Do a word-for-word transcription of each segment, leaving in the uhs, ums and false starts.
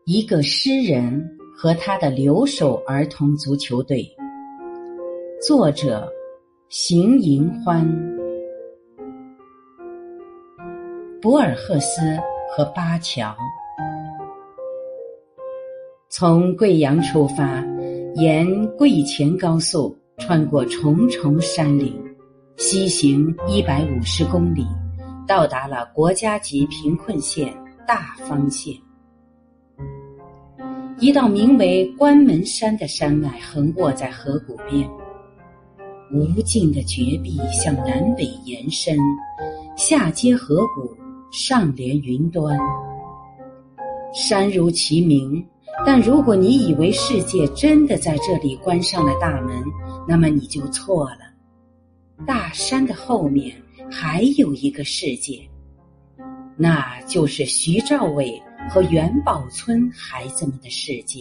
一个诗人和他的留守儿童足球队，作者邢银欢。博尔赫斯和巴乔。从贵阳出发，沿贵黔高速穿过重重山岭，西行一百五十公里，到达了国家级贫困县大方县。一道名为关门山的山脉横卧在河谷边，无尽的绝壁向南北延伸，下接河谷，上连云端。山如其名，但如果你以为世界真的在这里关上了大门，那么你就错了。大山的后面还有一个世界，那就是徐兆伟和元宝村孩子们的世界。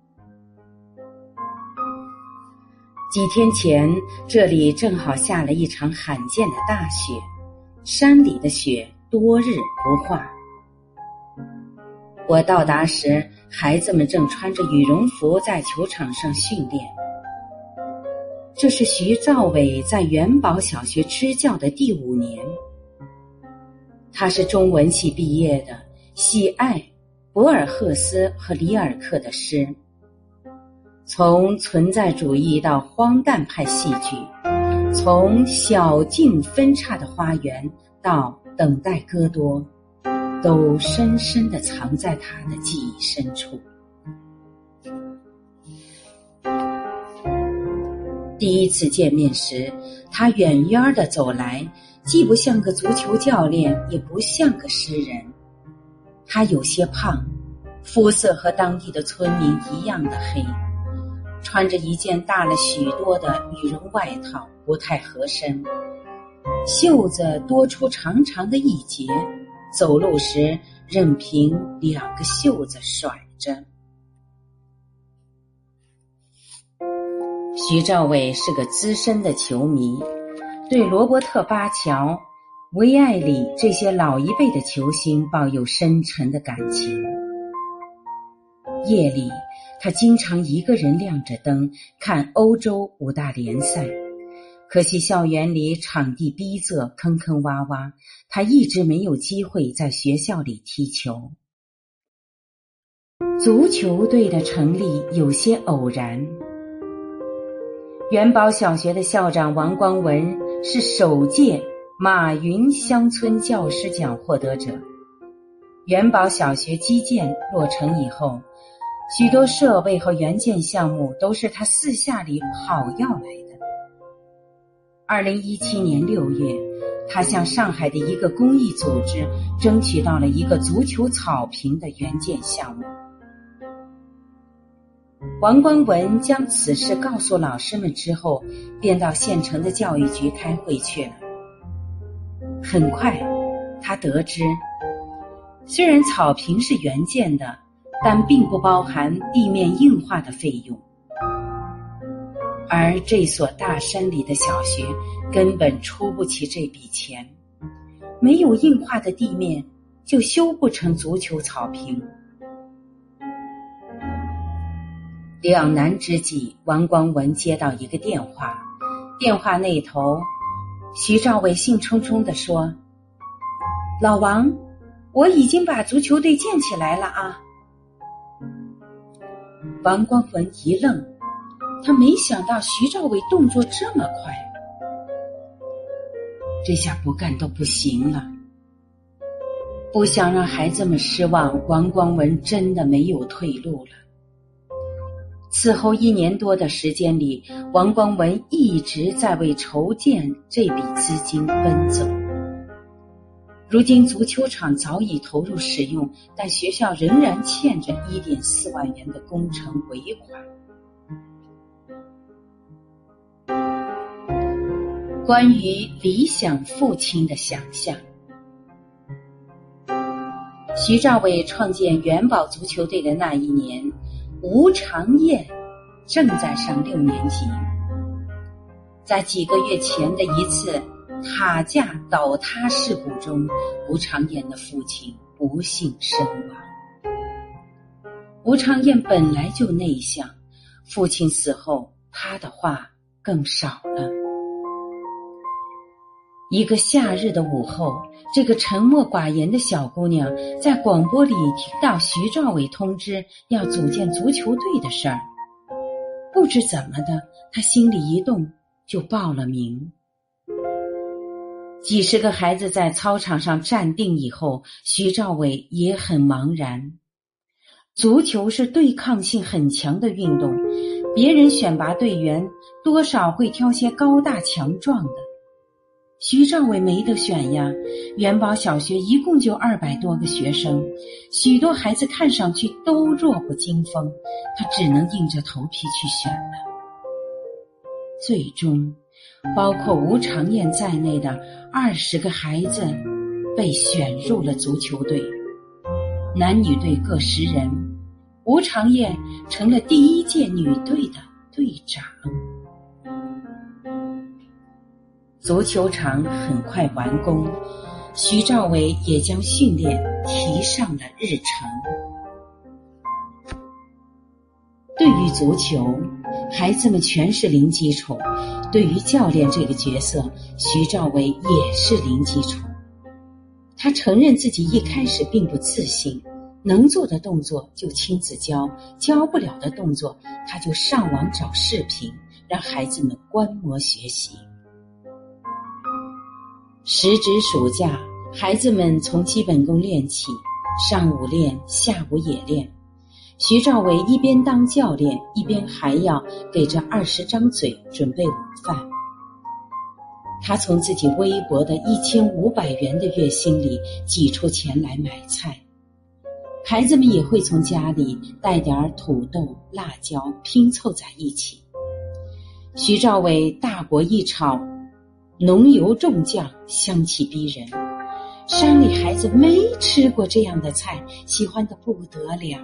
几天前，这里正好下了一场罕见的大雪，山里的雪多日不化。我到达时，孩子们正穿着羽绒服在球场上训练。这是徐兆伟在元宝小学支教的第五年。他是中文系毕业的，喜爱博尔赫斯和里尔克的诗。从存在主义到荒诞派戏剧，从小径分岔的花园到等待戈多，都深深地藏在他的记忆深处。第一次见面时，他远远地走来，既不像个足球教练，也不像个诗人。他有些胖，肤色和当地的村民一样的黑，穿着一件大了许多的羽绒外套，不太合身，袖子多出长长的一截，走路时任凭两个袖子甩着。徐兆伟是个资深的球迷，对罗伯特·巴乔、维埃里这些老一辈的球星抱有深沉的感情。夜里，他经常一个人亮着灯看欧洲五大联赛，可惜校园里场地逼仄，坑坑洼洼，他一直没有机会在学校里踢球。足球队的成立有些偶然。元宝小学的校长王光文是首届马云乡村教师奖获得者。元宝小学基建落成以后，许多设备和元件项目都是他私下里跑要来的。二零一七年六月，他向上海的一个公益组织争取到了一个足球草坪的元件项目。王光文将此事告诉老师们之后，便到县城的教育局开会去了。很快，他得知，虽然草坪是元件的，但并不包含地面硬化的费用。而这所大山里的小学根本出不起这笔钱，没有硬化的地面，就修不成足球草坪。两难之际，王光文接到一个电话，电话那头，徐兆伟兴冲冲地说：“老王，我已经把足球队建起来了啊！”王光文一愣，他没想到徐兆伟动作这么快，这下不干都不行了。不想让孩子们失望，王光文真的没有退路了。此后一年多的时间里，王光文一直在为筹建这笔资金奔走。如今足球场早已投入使用，但学校仍然欠着 一点四万元的工程尾款。关于理想父亲的想象。徐兆伟创建元宝足球队的那一年，吴长燕正在上六年级。在几个月前的一次塔架倒塌事故中，吴长燕的父亲不幸身亡。 吴长燕本来就内向，父亲死后，她的话更少了。一个夏日的午后，这个沉默寡言的小姑娘在广播里听到徐兆伟通知要组建足球队的事儿，不知怎么的，她心里一动就报了名。几十个孩子在操场上站定以后，徐兆伟也很茫然。足球是对抗性很强的运动，别人选拔队员多少会挑些高大强壮的。徐兆伟没得选呀，元宝小学一共就二百多个学生，许多孩子看上去都弱不禁风，他只能硬着头皮去选了。最终，包括吴长燕在内的二十个孩子被选入了足球队，男女队各十人，吴长燕成了第一届女队的队长。足球场很快完工，徐兆伟也将训练提上了日程。对于足球，孩子们全是零基础，对于教练这个角色，徐兆伟也是零基础。他承认自己一开始并不自信，能做的动作就亲自教，教不了的动作他就上网找视频，让孩子们观摩学习。时值暑假，孩子们从基本功练起，上午练，下午也练。徐兆伟一边当教练，一边还要给这二十张嘴准备午饭。他从自己微薄的一千五百元的月薪里挤出钱来买菜，孩子们也会从家里带点土豆、辣椒拼凑在一起。徐兆伟大锅一炒，浓油重酱，香气逼人。山里孩子没吃过这样的菜，喜欢得不得了。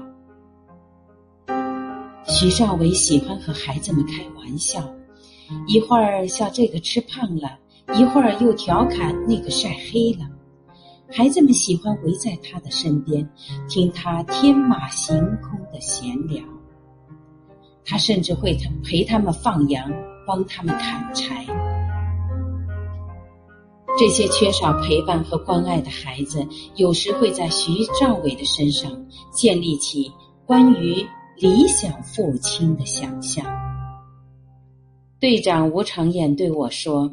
徐兆伟喜欢和孩子们开玩笑，一会儿笑这个吃胖了，一会儿又调侃那个晒黑了。孩子们喜欢围在他的身边，听他天马行空的闲聊。他甚至会陪他们放羊，帮他们砍柴。这些缺少陪伴和关爱的孩子，有时会在徐兆伟的身上建立起关于理想父亲的想象。队长吴长燕对我说，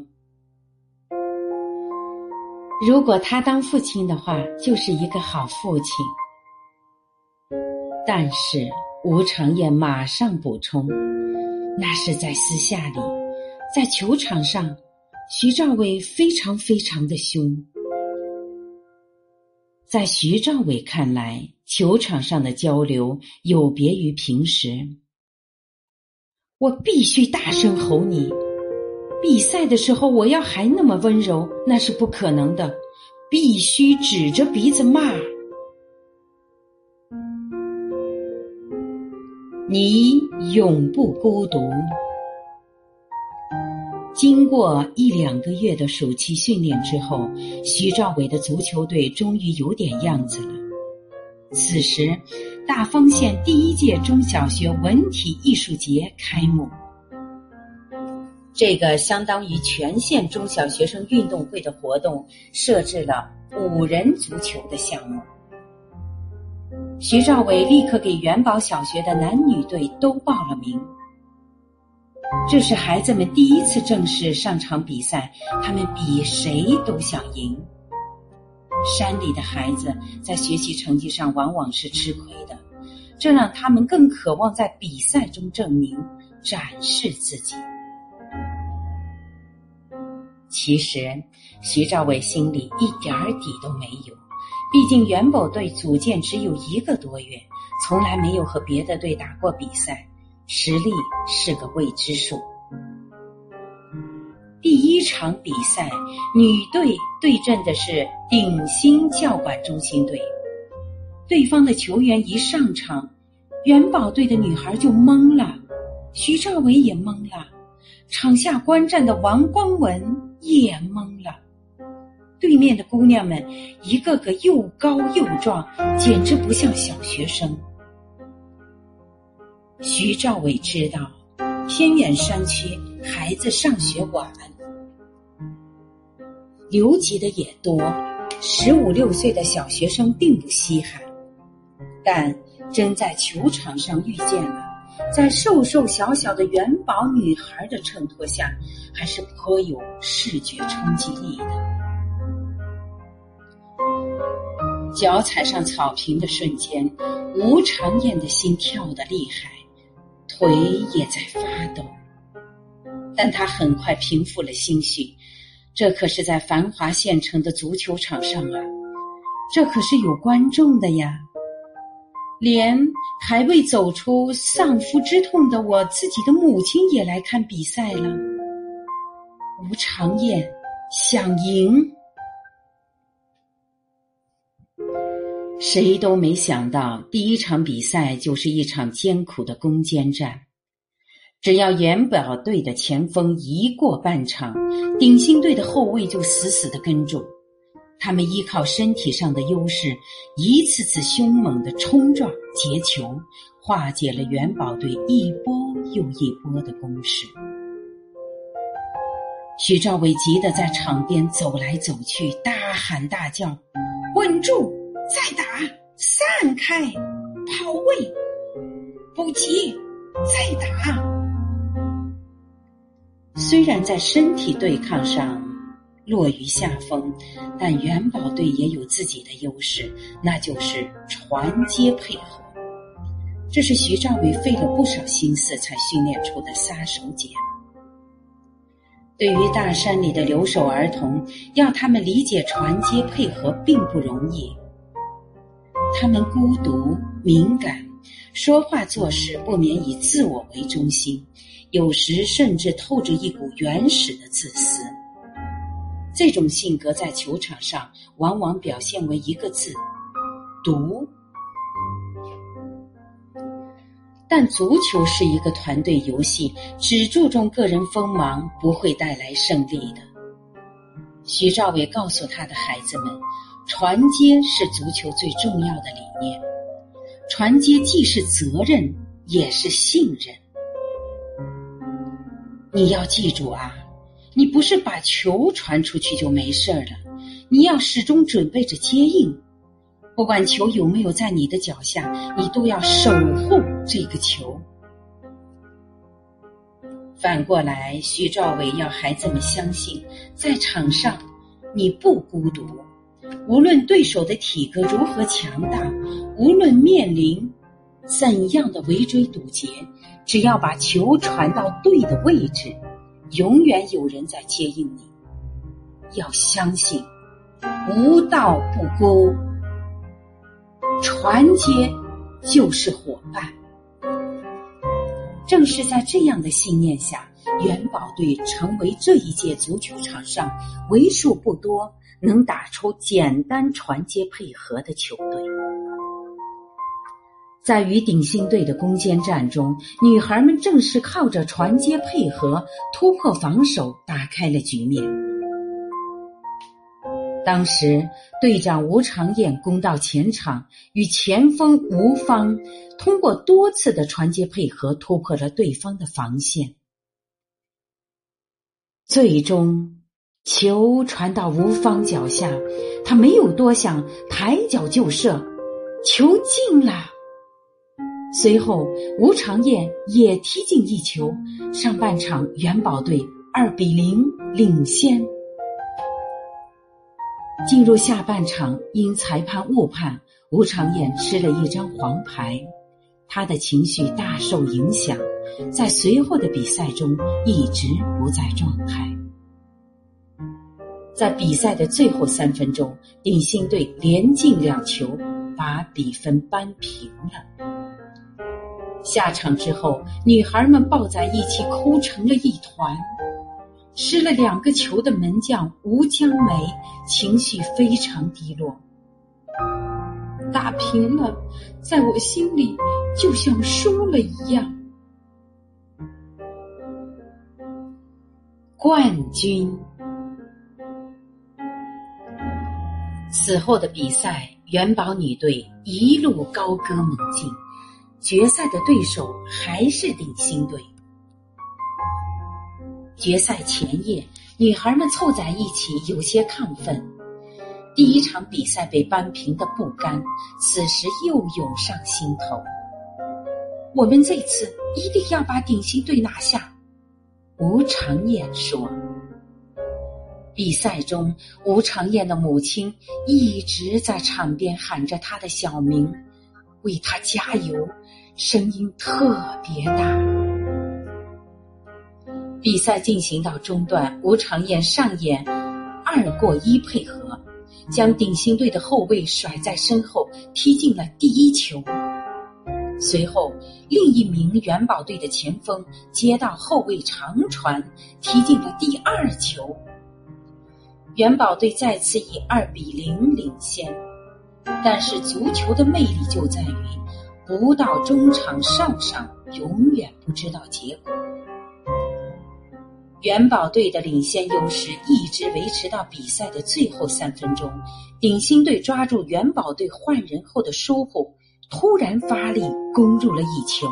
如果他当父亲的话，就是一个好父亲。但是吴长燕马上补充，那是在私下里，在球场上徐兆伟非常非常的凶。在徐兆伟看来，球场上的交流有别于平时。我必须大声吼你，比赛的时候我要还那么温柔，那是不可能的，必须指着鼻子骂。你永不孤独。经过一两个月的暑期训练之后，徐兆伟的足球队终于有点样子了。此时，大丰县第一届中小学文体艺术节开幕。这个相当于全县中小学生运动会的活动，设置了五人足球的项目。徐兆伟立刻给元宝小学的男女队都报了名。这是孩子们第一次正式上场比赛，他们比谁都想赢。山里的孩子在学习成绩上往往是吃亏的，这让他们更渴望在比赛中证明、展示自己。其实，徐兆伟心里一点底都没有，毕竟元宝队组建只有一个多月，从来没有和别的队打过比赛，实力是个未知数。第一场比赛，女队对阵的是鼎新教管中心队。对方的球员一上场，元宝队的女孩就懵了，徐兆伟也懵了，场下观战的王光文也懵了。对面的姑娘们一个个又高又壮，简直不像小学生。 徐兆伟知道偏远山区孩子上学晚，留级的也多，十五六岁的小学生并不稀罕，但真在球场上遇见了，在瘦瘦小小的元宝女孩的衬托下，还是颇有视觉冲击力的。脚踩上草坪的瞬间，吴长燕的心跳得厉害，腿也在发抖，但他很快平复了心绪，这可是在繁华县城的足球场上啊，这可是有观众的呀，连还未走出丧夫之痛的我自己的母亲也来看比赛了。吴长燕想赢。谁都没想到，第一场比赛就是一场艰苦的攻坚战。只要元宝队的前锋一过半场，鼎新队的后卫就死死地跟住。他们依靠身体上的优势，一次次凶猛地冲撞截球，化解了元宝队一波又一波的攻势。许兆伟急得在场边走来走去，大喊大叫：稳住，再打，散开，跑位，补击，再打。虽然在身体对抗上落于下风，但元宝队也有自己的优势，那就是传接配合。这是徐兆伟费了不少心思才训练出的杀手锏。对于大山里的留守儿童，要他们理解传接配合并不容易。他们孤独、敏感，说话做事不免以自我为中心，有时甚至透着一股原始的自私。这种性格在球场上往往表现为一个字：毒。但足球是一个团队游戏，只注重个人锋芒不会带来胜利的。徐兆伟告诉他的孩子们，传接是足球最重要的理念，传接既是责任也是信任。你要记住啊，你不是把球传出去就没事了，你要始终准备着接应，不管球有没有在你的脚下，你都要守护这个球。反过来，徐兆伟要孩子们相信，在场上你不孤独，无论对手的体格如何强大，无论面临怎样的围追堵截，只要把球传到对的位置，永远有人在接应你。要相信，无道不孤，传接就是伙伴。正是在这样的信念下，元宝队成为这一届足球场上为数不多能打出简单传接配合的球队。在与鼎新队的攻坚战中，女孩们正是靠着传接配合突破防守，打开了局面。当时队长吴长燕攻到前场，与前锋吴芳通过多次的传接配合突破了对方的防线，最终球传到吴芳脚下，他没有多想，抬脚就射，球进了。随后吴长燕也踢进一球，上半场元宝队二比零领先。进入下半场，因裁判误判，吴长燕吃了一张黄牌，他的情绪大受影响，在随后的比赛中一直不在状态。在比赛的最后三分钟，鼎新队连进两球，把比分扳平了。下场之后，女孩们抱在一起哭成了一团。失了两个球的门将吴江梅情绪非常低落，打平了，在我心里就像输了一样。冠军。此后的比赛，元宝女队一路高歌猛进， 决赛的对手还是鼎新队。决赛前夜，女孩们凑在一起，有些亢奋。第一场比赛被扳平的不甘，此时又涌上心头。我们这次一定要把鼎新队拿下，吴长燕说。比赛中，吴长燕的母亲一直在场边喊着她的小名，为她加油，声音特别大。比赛进行到中段，吴长燕上演二过一配合，将鼎新队的后卫甩在身后，踢进了第一球。随后，另一名元宝队的前锋接到后卫长传，踢进了第二球。元宝队再次以二比零领先，但是足球的魅力就在于不到中场上上，永远不知道结果。元宝队的领先优势一直维持到比赛的最后三分钟，鼎新队抓住元宝队换人后的疏忽，突然发力攻入了一球。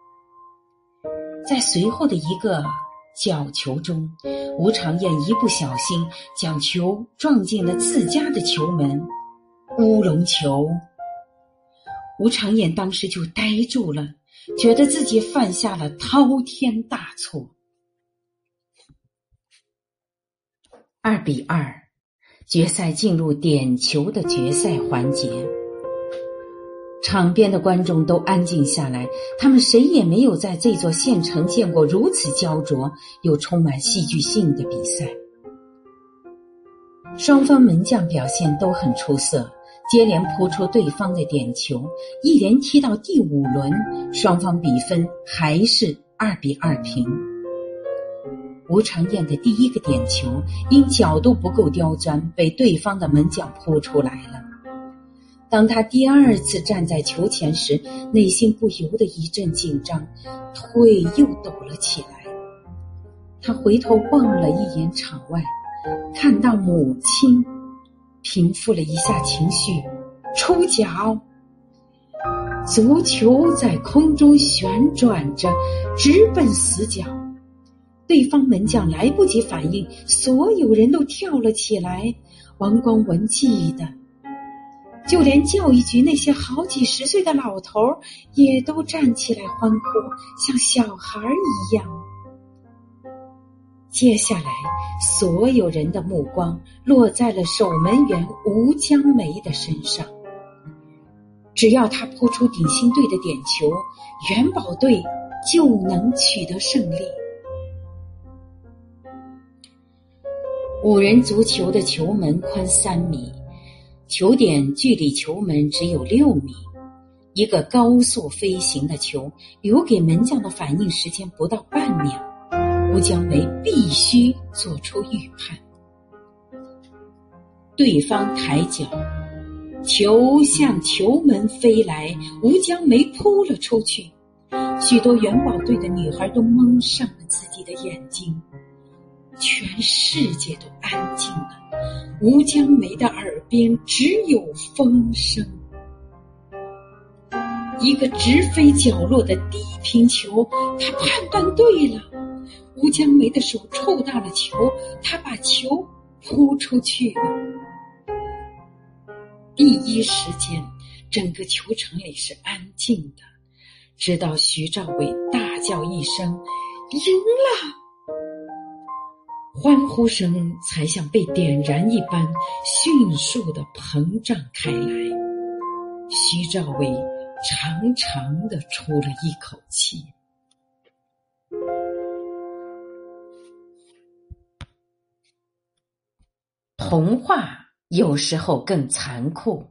在随后的一个角球中，吴长燕一不小心将球撞进了自家的球门，乌龙球。吴长燕当时就呆住了，觉得自己犯下了滔天大错。二比二，决赛进入点球的决赛环节。场边的观众都安静下来，他们谁也没有在这座县城见过如此焦灼又充满戏剧性的比赛。双方门将表现都很出色，接连扑出对方的点球，一连踢到第五轮，双方比分还是二比二平。吴长燕的第一个点球因角度不够刁钻，被对方的门将扑出来了。当他第二次站在球前时，内心不由得一阵紧张，腿又抖了起来。他回头望了一眼场外，看到母亲，平复了一下情绪，出脚。足球在空中旋转着，直奔死角。对方门将来不及反应，所有人都跳了起来。王光文记得，就连教育局那些好几十岁的老头也都站起来欢呼，像小孩一样。接下来，所有人的目光落在了守门员吴江梅的身上。只要他扑出鼎新队的点球，元宝队就能取得胜利。五人足球的球门宽三米，球点距离球门只有六米。一个高速飞行的球，留给门将的反应时间不到半秒，吴江梅必须做出预判。对方抬脚，球向球门飞来，吴江梅扑了出去。许多元宝队的女孩都蒙上了自己的眼睛。全世界都安静了，吴江梅的耳边只有风声。一个直飞角落的低平球，他判断对了。吴江梅的手触到了球，他把球扑出去了。第一时间，整个球场里是安静的，直到徐兆伟大叫一声“赢了”，欢呼声才像被点燃一般迅速地膨胀开来。徐兆伟长长地出了一口气。童话有时候更残酷。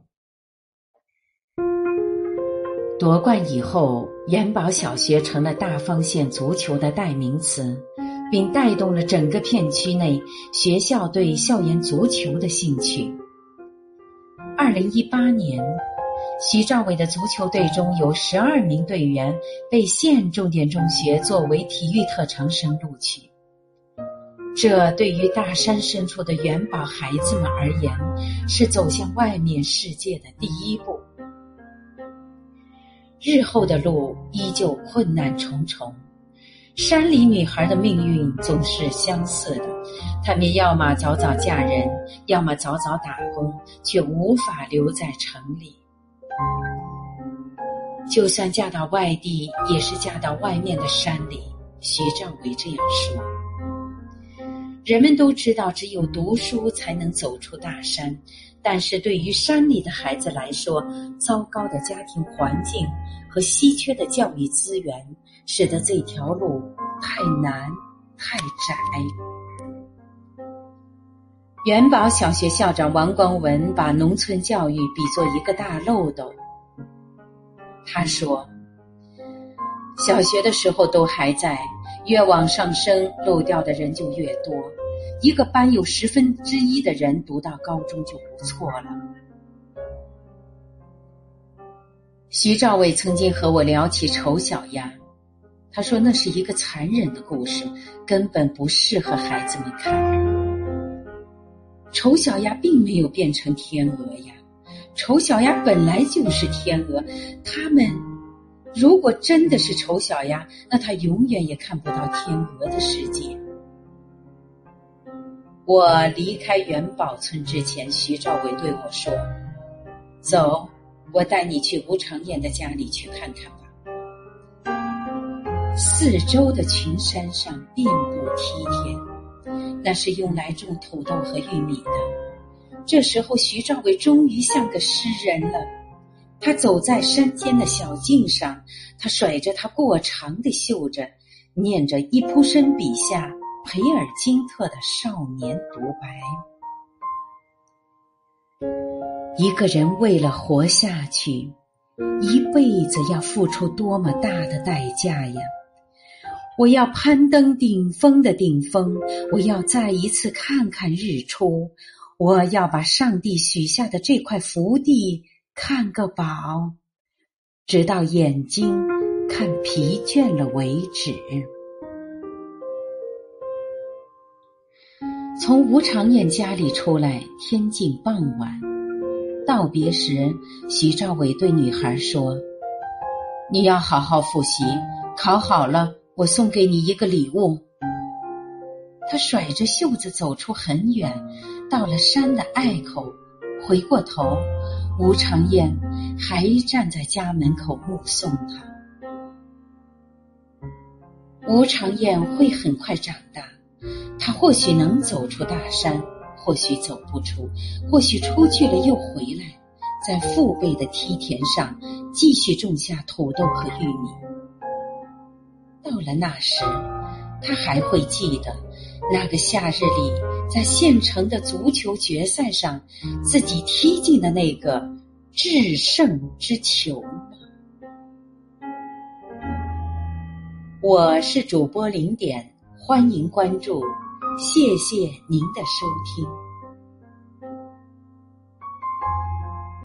夺冠以后，元宝小学成了大方县足球的代名词，并带动了整个片区内学校对校园足球的兴趣。二零一八年，徐兆伟的足球队中有十二名队员被县重点中学作为体育特长生录取。这对于大山深处的元宝孩子们而言，是走向外面世界的第一步。 日后的路依旧困难重重。山里女孩的命运总是相似的，她们要么早早嫁人，要么早早打工，却无法留在城里。就算嫁到外地，也是嫁到外面的山里，徐兆伟这样说。人们都知道只有读书才能走出大山，但是对于山里的孩子来说，糟糕的家庭环境和稀缺的教育资源使得这条路太难太窄。元宝小学校长王光文把农村教育比作一个大漏斗。他说，小学的时候都还在，越往上升，漏掉的人就越多。一个班有十分之一的人读到高中就不错了。徐兆伟曾经和我聊起丑小鸭，他说那是一个残忍的故事，根本不适合孩子们看。丑小鸭并没有变成天鹅呀，丑小鸭本来就是天鹅，它们如果真的是丑小鸭，那它永远也看不到天鹅的世界。我离开元宝村之前，徐兆伟对我说，走，我带你去吴长燕的家里去看看吧。四周的群山上遍布梯田，那是用来种土豆和玉米的。这时候徐兆伟终于像个诗人了，他走在山间的小径上，他甩着他过长的袖子，念着易卜生笔下培尔金特的少年独白。一个人为了活下去，一辈子要付出多么大的代价呀！我要攀登顶峰的顶峰，我要再一次看看日出，我要把上帝许下的这块福地看个饱，直到眼睛看疲倦了为止。从吴长燕家里出来，天近傍晚。道别时，徐兆伟对女孩说，你要好好复习，考好了我送给你一个礼物。他甩着袖子走出很远，到了山的隘口，回过头，吴长燕还站在家门口目送他。吴长燕会很快长大，他或许能走出大山，或许走不出，或许出去了又回来，在父辈的梯田上继续种下土豆和玉米。到了那时，他还会记得那个夏日里在县城的足球决赛上自己踢进的那个制胜之球吗？我是主播零点，欢迎关注，谢谢您的收听。